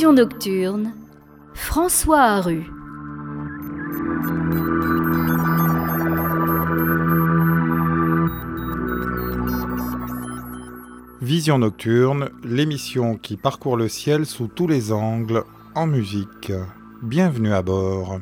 Vision nocturne, François Harru. Vision nocturne, l'émission qui parcourt le ciel sous tous les angles, en musique. Bienvenue à bord.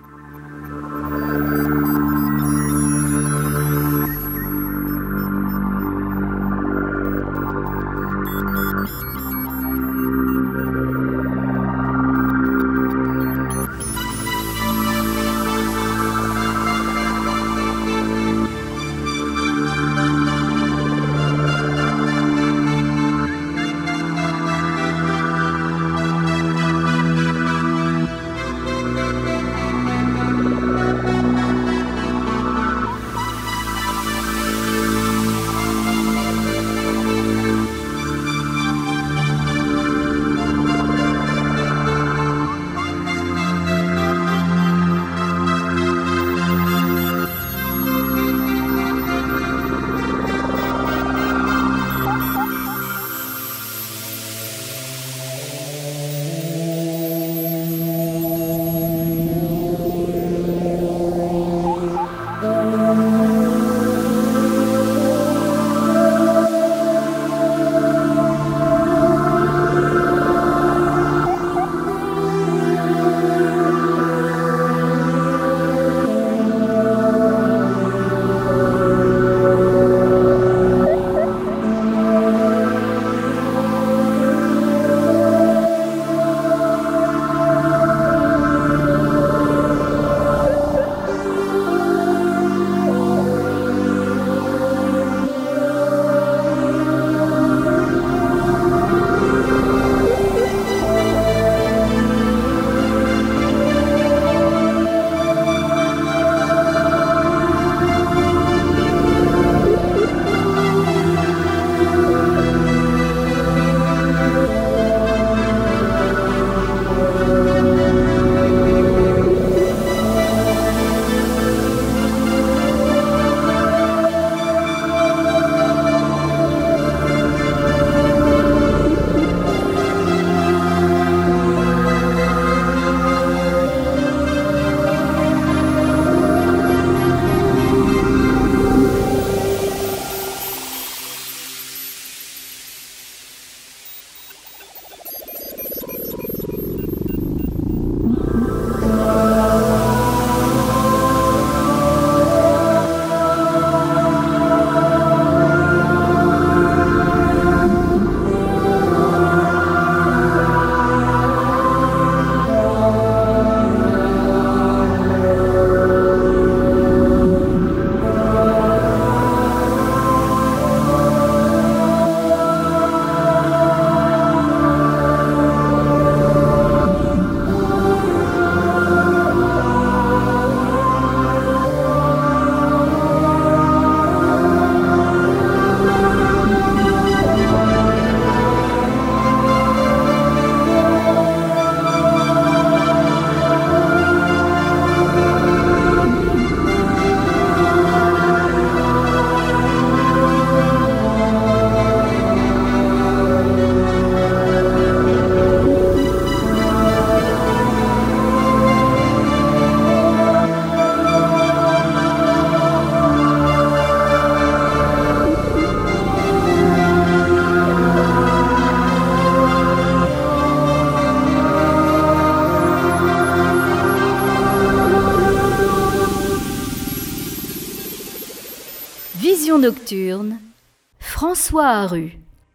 Vision nocturne, François Harru.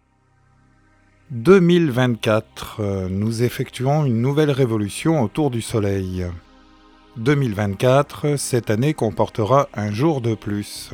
2024, nous effectuons une nouvelle révolution autour du Soleil. 2024, cette année comportera un jour de plus.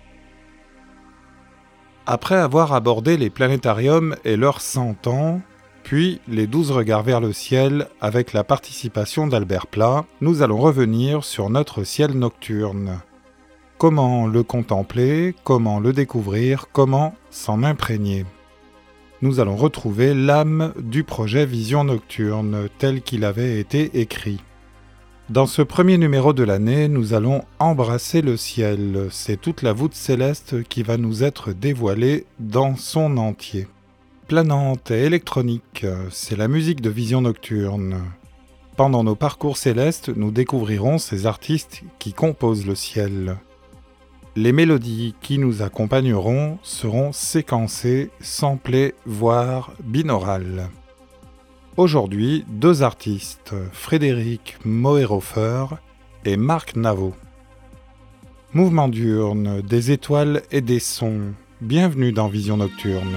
Après avoir abordé les planétariums et leurs 100 ans, puis les 12 regards vers le ciel avec la participation d'Albert Plat, nous allons revenir sur notre ciel nocturne. Comment le contempler, comment le découvrir, comment s'en imprégner. Nous allons retrouver l'âme du projet Vision nocturne tel qu'il avait été écrit. Dans ce premier numéro de l'année, nous allons embrasser le ciel. C'est toute la voûte céleste qui va nous être dévoilée dans son entier. planante et électronique, c'est la musique de Vision Nocturne. Pendant nos parcours célestes, nous découvrirons ces artistes qui composent le ciel. Les mélodies qui nous accompagneront seront séquencées, samplées, voire binaurales. Aujourd'hui, 2 artistes, Frédéric Moerhofer et Marc Navo. Mouvement diurne, des étoiles et des sons. Bienvenue dans Vision Nocturne.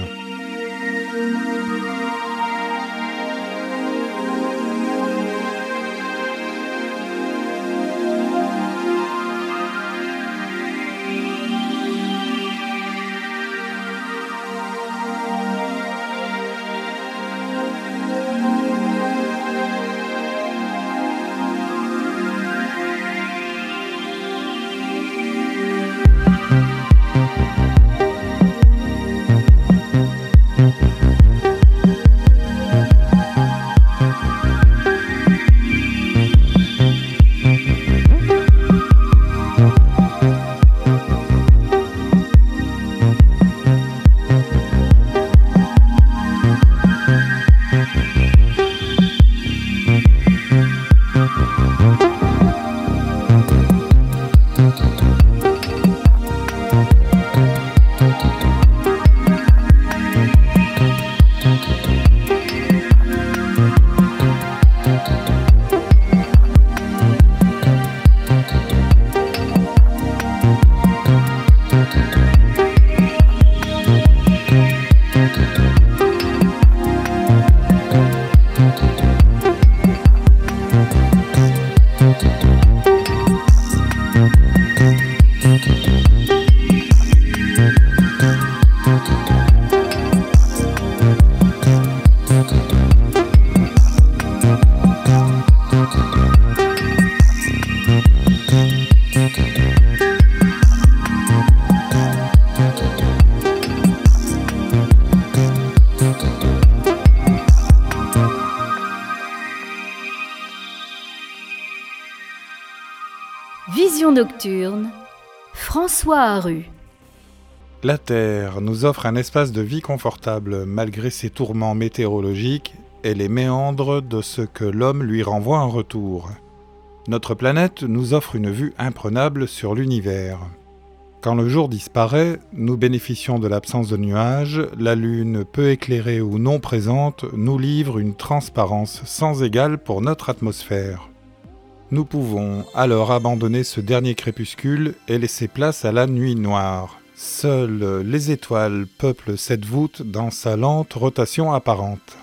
Vision nocturne, François Harru. La Terre nous offre un espace de vie confortable malgré ses tourments météorologiques et les méandres de ce que l'homme lui renvoie en retour. Notre planète nous offre une vue imprenable sur l'univers. Quand le jour disparaît, nous bénéficions de l'absence de nuages, la Lune, peu éclairée ou non présente, nous livre une transparence sans égale pour notre atmosphère. Nous pouvons alors abandonner ce dernier crépuscule et laisser place à la nuit noire. Seules les étoiles peuplent cette voûte dans sa lente rotation apparente.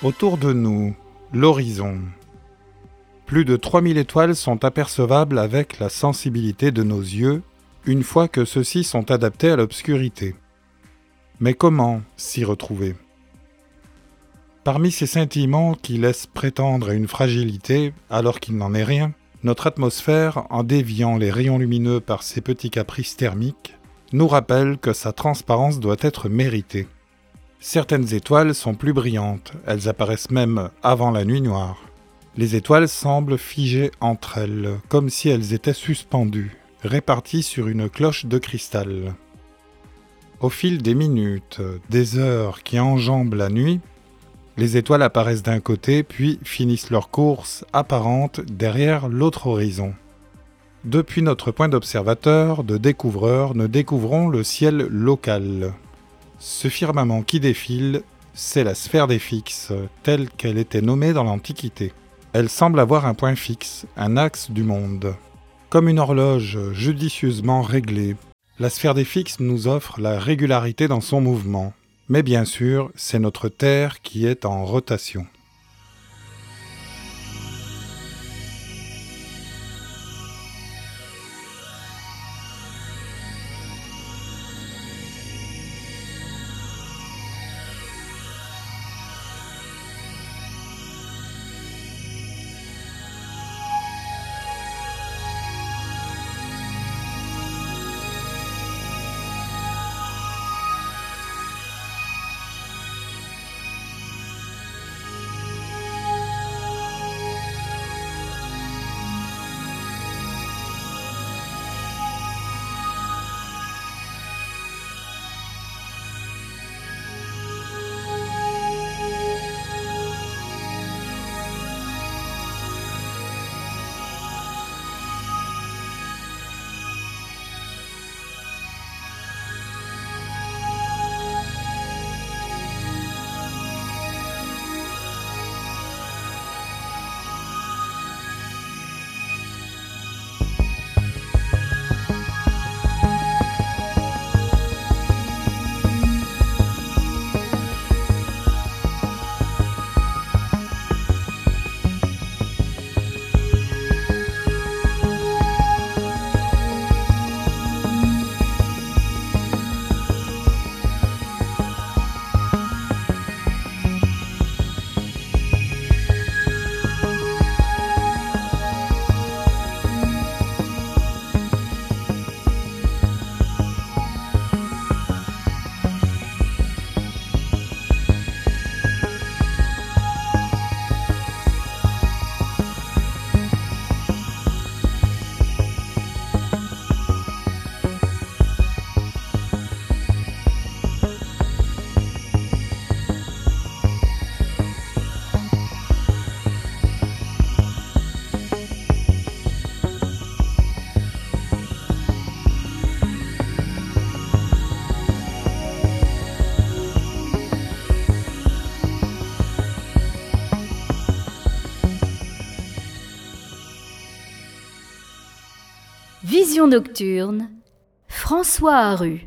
Autour de nous, l'horizon. Plus de 3000 étoiles sont apercevables avec la sensibilité de nos yeux, une fois que ceux-ci sont adaptés à l'obscurité. Mais comment s'y retrouver ? Parmi ces scintillements qui laissent prétendre à une fragilité alors qu'il n'en est rien, notre atmosphère, en déviant les rayons lumineux par ses petits caprices thermiques, nous rappelle que sa transparence doit être méritée. Certaines étoiles sont plus brillantes, elles apparaissent même avant la nuit noire. Les étoiles semblent figées entre elles, comme si elles étaient suspendues, réparties sur une cloche de cristal. Au fil des minutes, des heures qui enjambent la nuit, les étoiles apparaissent d'un côté puis finissent leur course apparente derrière l'autre horizon. Depuis notre point d'observateur, de découvreur, nous découvrons le ciel local. Ce firmament qui défile, c'est la sphère des Fixes, telle qu'elle était nommée dans l'Antiquité. Elle semble avoir un point fixe, un axe du monde. Comme une horloge judicieusement réglée, la sphère des Fixes nous offre la régularité dans son mouvement. Mais bien sûr, c'est notre Terre qui est en rotation. Vision nocturne, François Harru.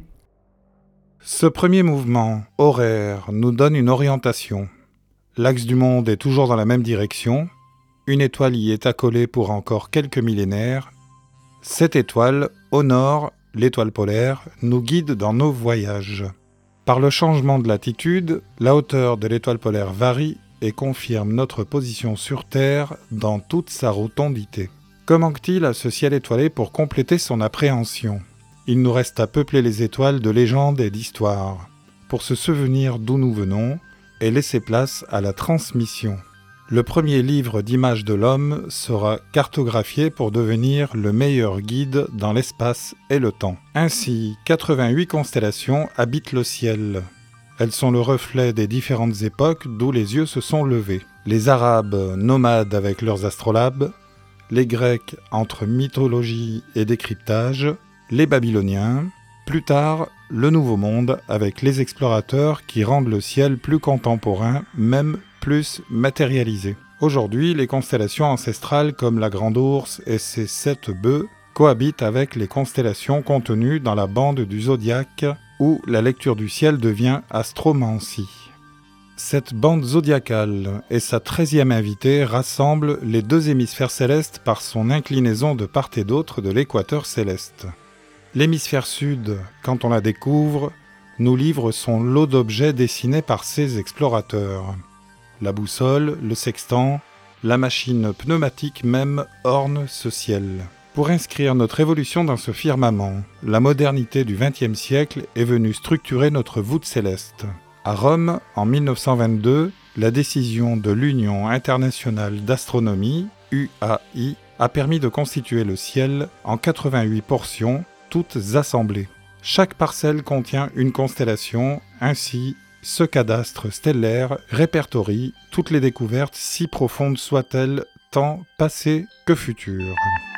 Ce premier mouvement, horaire, nous donne une orientation. L'axe du monde est toujours dans la même direction. Une étoile y est accolée pour encore quelques millénaires. Cette étoile, au nord, l'étoile polaire, nous guide dans nos voyages. Par le changement de latitude, la hauteur de l'étoile polaire varie et confirme notre position sur Terre dans toute sa rotondité. Que manque-t-il à ce ciel étoilé pour compléter son appréhension ? Il nous reste à peupler les étoiles de légendes et d'histoires, pour se souvenir d'où nous venons et laisser place à la transmission. Le premier livre d'images de l'homme sera cartographié pour devenir le meilleur guide dans l'espace et le temps. Ainsi, 88 constellations habitent le ciel. Elles sont le reflet des différentes époques d'où les yeux se sont levés. Les Arabes nomades avec leurs astrolabes, les Grecs entre mythologie et décryptage, les Babyloniens, plus tard le Nouveau Monde avec les explorateurs qui rendent le ciel plus contemporain, même plus matérialisé. Aujourd'hui, les constellations ancestrales comme la Grande Ourse et ses 7 bœufs cohabitent avec les constellations contenues dans la bande du zodiaque où la lecture du ciel devient astromancie. Cette bande zodiacale et sa 13e invitée rassemblent les deux hémisphères célestes par son inclinaison de part et d'autre de l'équateur céleste. L'hémisphère sud, quand on la découvre, nous livre son lot d'objets dessinés par ses explorateurs. La boussole, le sextant, la machine pneumatique même ornent ce ciel. Pour inscrire notre évolution dans ce firmament, la modernité du XXe siècle est venue structurer notre voûte céleste. À Rome, en 1922, la décision de l'Union internationale d'astronomie, UAI, a permis de constituer le ciel en 88 portions, toutes assemblées. Chaque parcelle contient une constellation, ainsi ce cadastre stellaire répertorie toutes les découvertes si profondes soient-elles, tant passées que futures.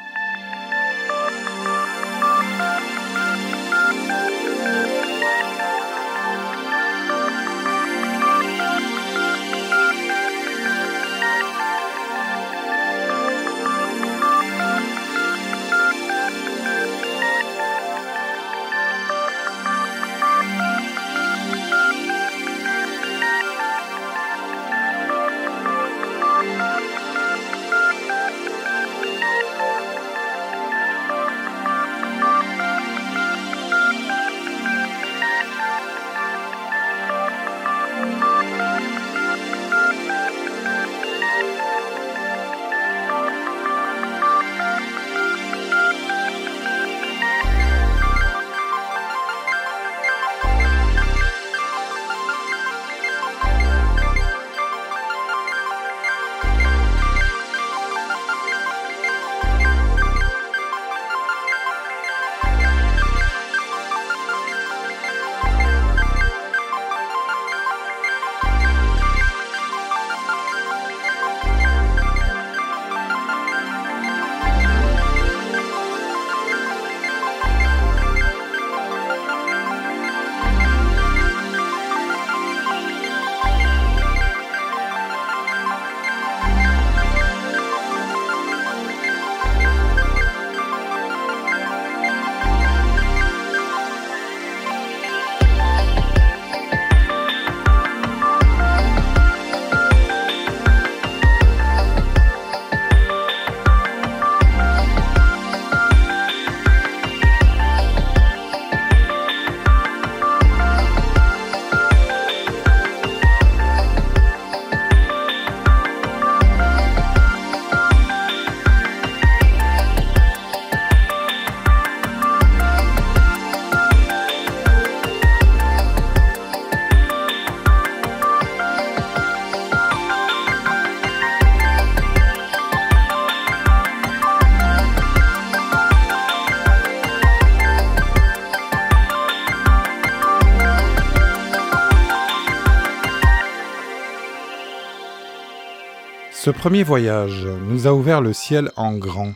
Ce premier voyage nous a ouvert le ciel en grand.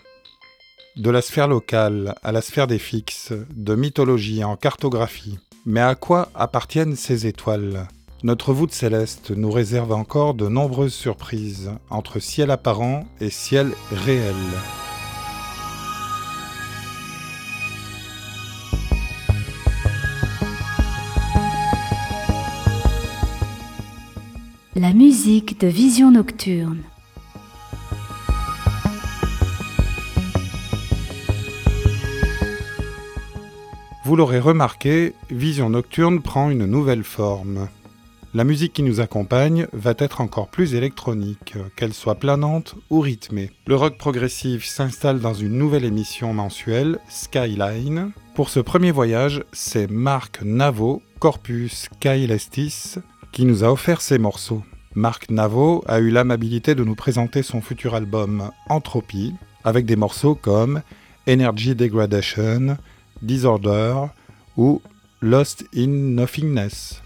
De la sphère locale à la sphère des fixes, de mythologie en cartographie. Mais à quoi appartiennent ces étoiles ? Notre voûte céleste nous réserve encore de nombreuses surprises entre ciel apparent et ciel réel. La musique de Vision Nocturne. Vous l'aurez remarqué, Vision Nocturne prend une nouvelle forme. La musique qui nous accompagne va être encore plus électronique, qu'elle soit planante ou rythmée. Le rock progressif s'installe dans une nouvelle émission mensuelle, Skyline. Pour ce premier voyage, c'est Marc Navo, Corpus Caelestis, qui nous a offert ces morceaux. Marc Navo a eu l'amabilité de nous présenter son futur album Entropie, avec des morceaux comme Energy Degradation, Disorder ou Lost in Nothingness.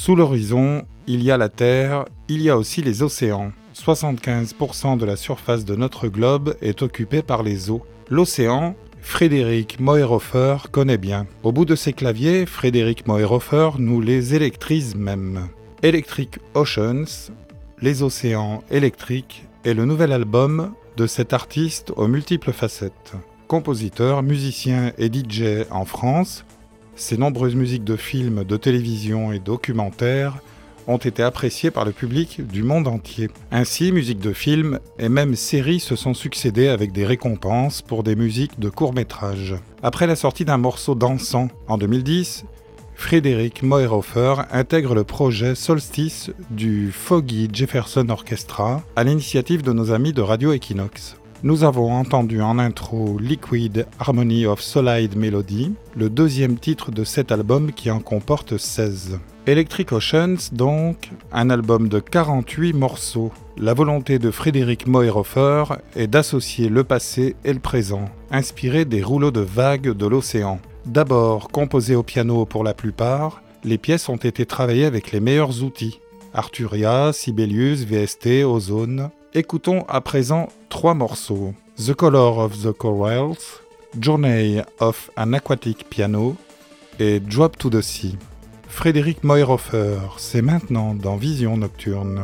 Sous l'horizon, il y a la Terre, il y a aussi les océans. 75% de la surface de notre globe est occupée par les eaux. L'océan, Frédéric Moerhofer connaît bien. Au bout de ses claviers, Frédéric Moerhofer nous les électrise même. Electric Oceans, les océans électriques, est le nouvel album de cet artiste aux multiples facettes. Compositeur, musicien et DJ en France, ses nombreuses musiques de films, de télévision et documentaires ont été appréciées par le public du monde entier. Ainsi, musiques de films et même séries se sont succédées avec des récompenses pour des musiques de courts-métrages. Après la sortie d'un morceau dansant en 2010, Frédéric Moerhofer intègre le projet Solstice du Foggy Jefferson Orchestra à l'initiative de nos amis de Radio Equinox. Nous avons entendu en intro Liquid Harmony of Solid Melody, le deuxième titre de cet album qui en comporte 16. Electric Oceans, donc, un album de 48 morceaux. La volonté de Frédéric Moerhofer est d'associer le passé et le présent, inspiré des rouleaux de vagues de l'océan. D'abord composées au piano pour la plupart, les pièces ont été travaillées avec les meilleurs outils. Arturia, Sibelius, VST, Ozone. Écoutons à présent 3 morceaux. The Color of the Corals, Journey of an Aquatic Piano et Drop to the Sea. Frédéric Moerhofer, c'est maintenant dans Vision Nocturne.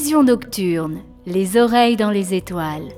Vision nocturne, les oreilles dans les étoiles.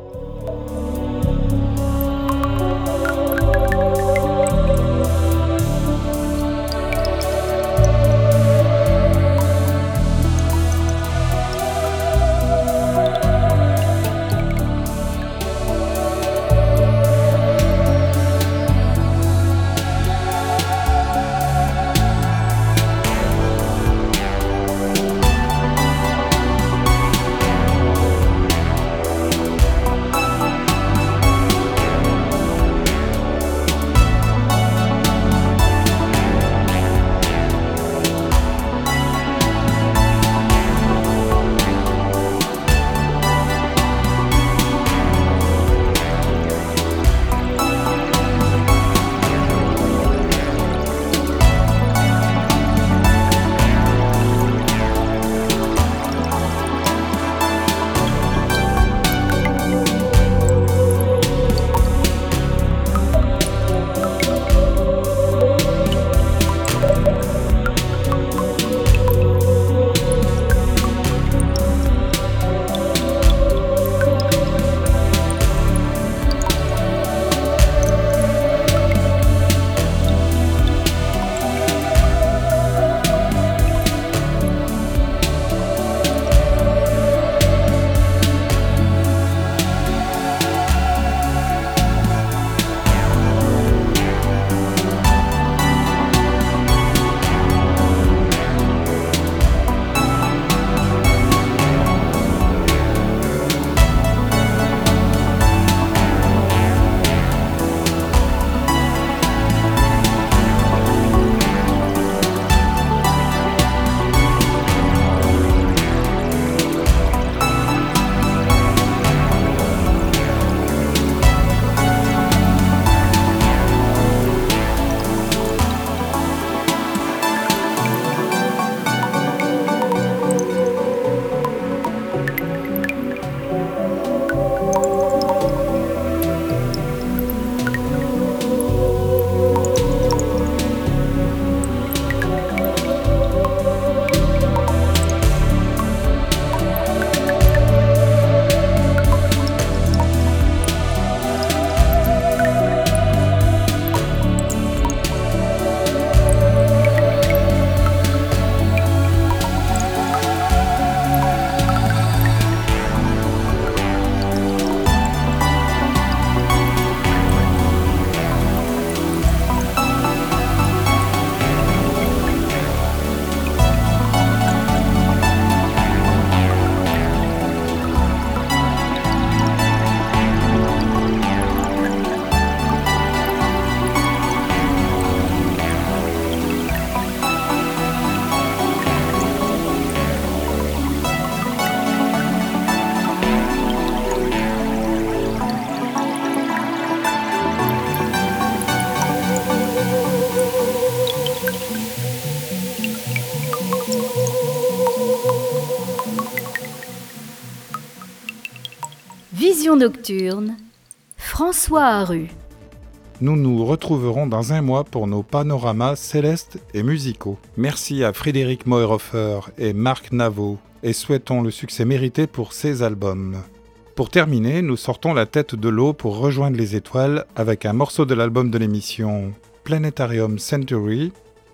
Vision nocturne, François Haru. Nous nous retrouverons dans un mois pour nos panoramas célestes et musicaux. Merci à Frédéric Moerhofer et Marc Navo et souhaitons le succès mérité pour ces albums. Pour terminer, nous sortons la tête de l'eau pour rejoindre les étoiles avec un morceau de l'album de l'émission Planetarium Century,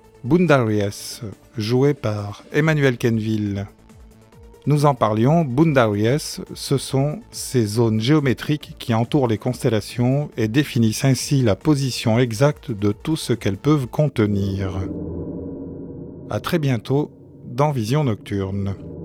Boundaries, joué par Emmanuel Kenville. Nous en parlions, Boundaries, ce sont ces zones géométriques qui entourent les constellations et définissent ainsi la position exacte de tout ce qu'elles peuvent contenir. À très bientôt dans Vision Nocturne.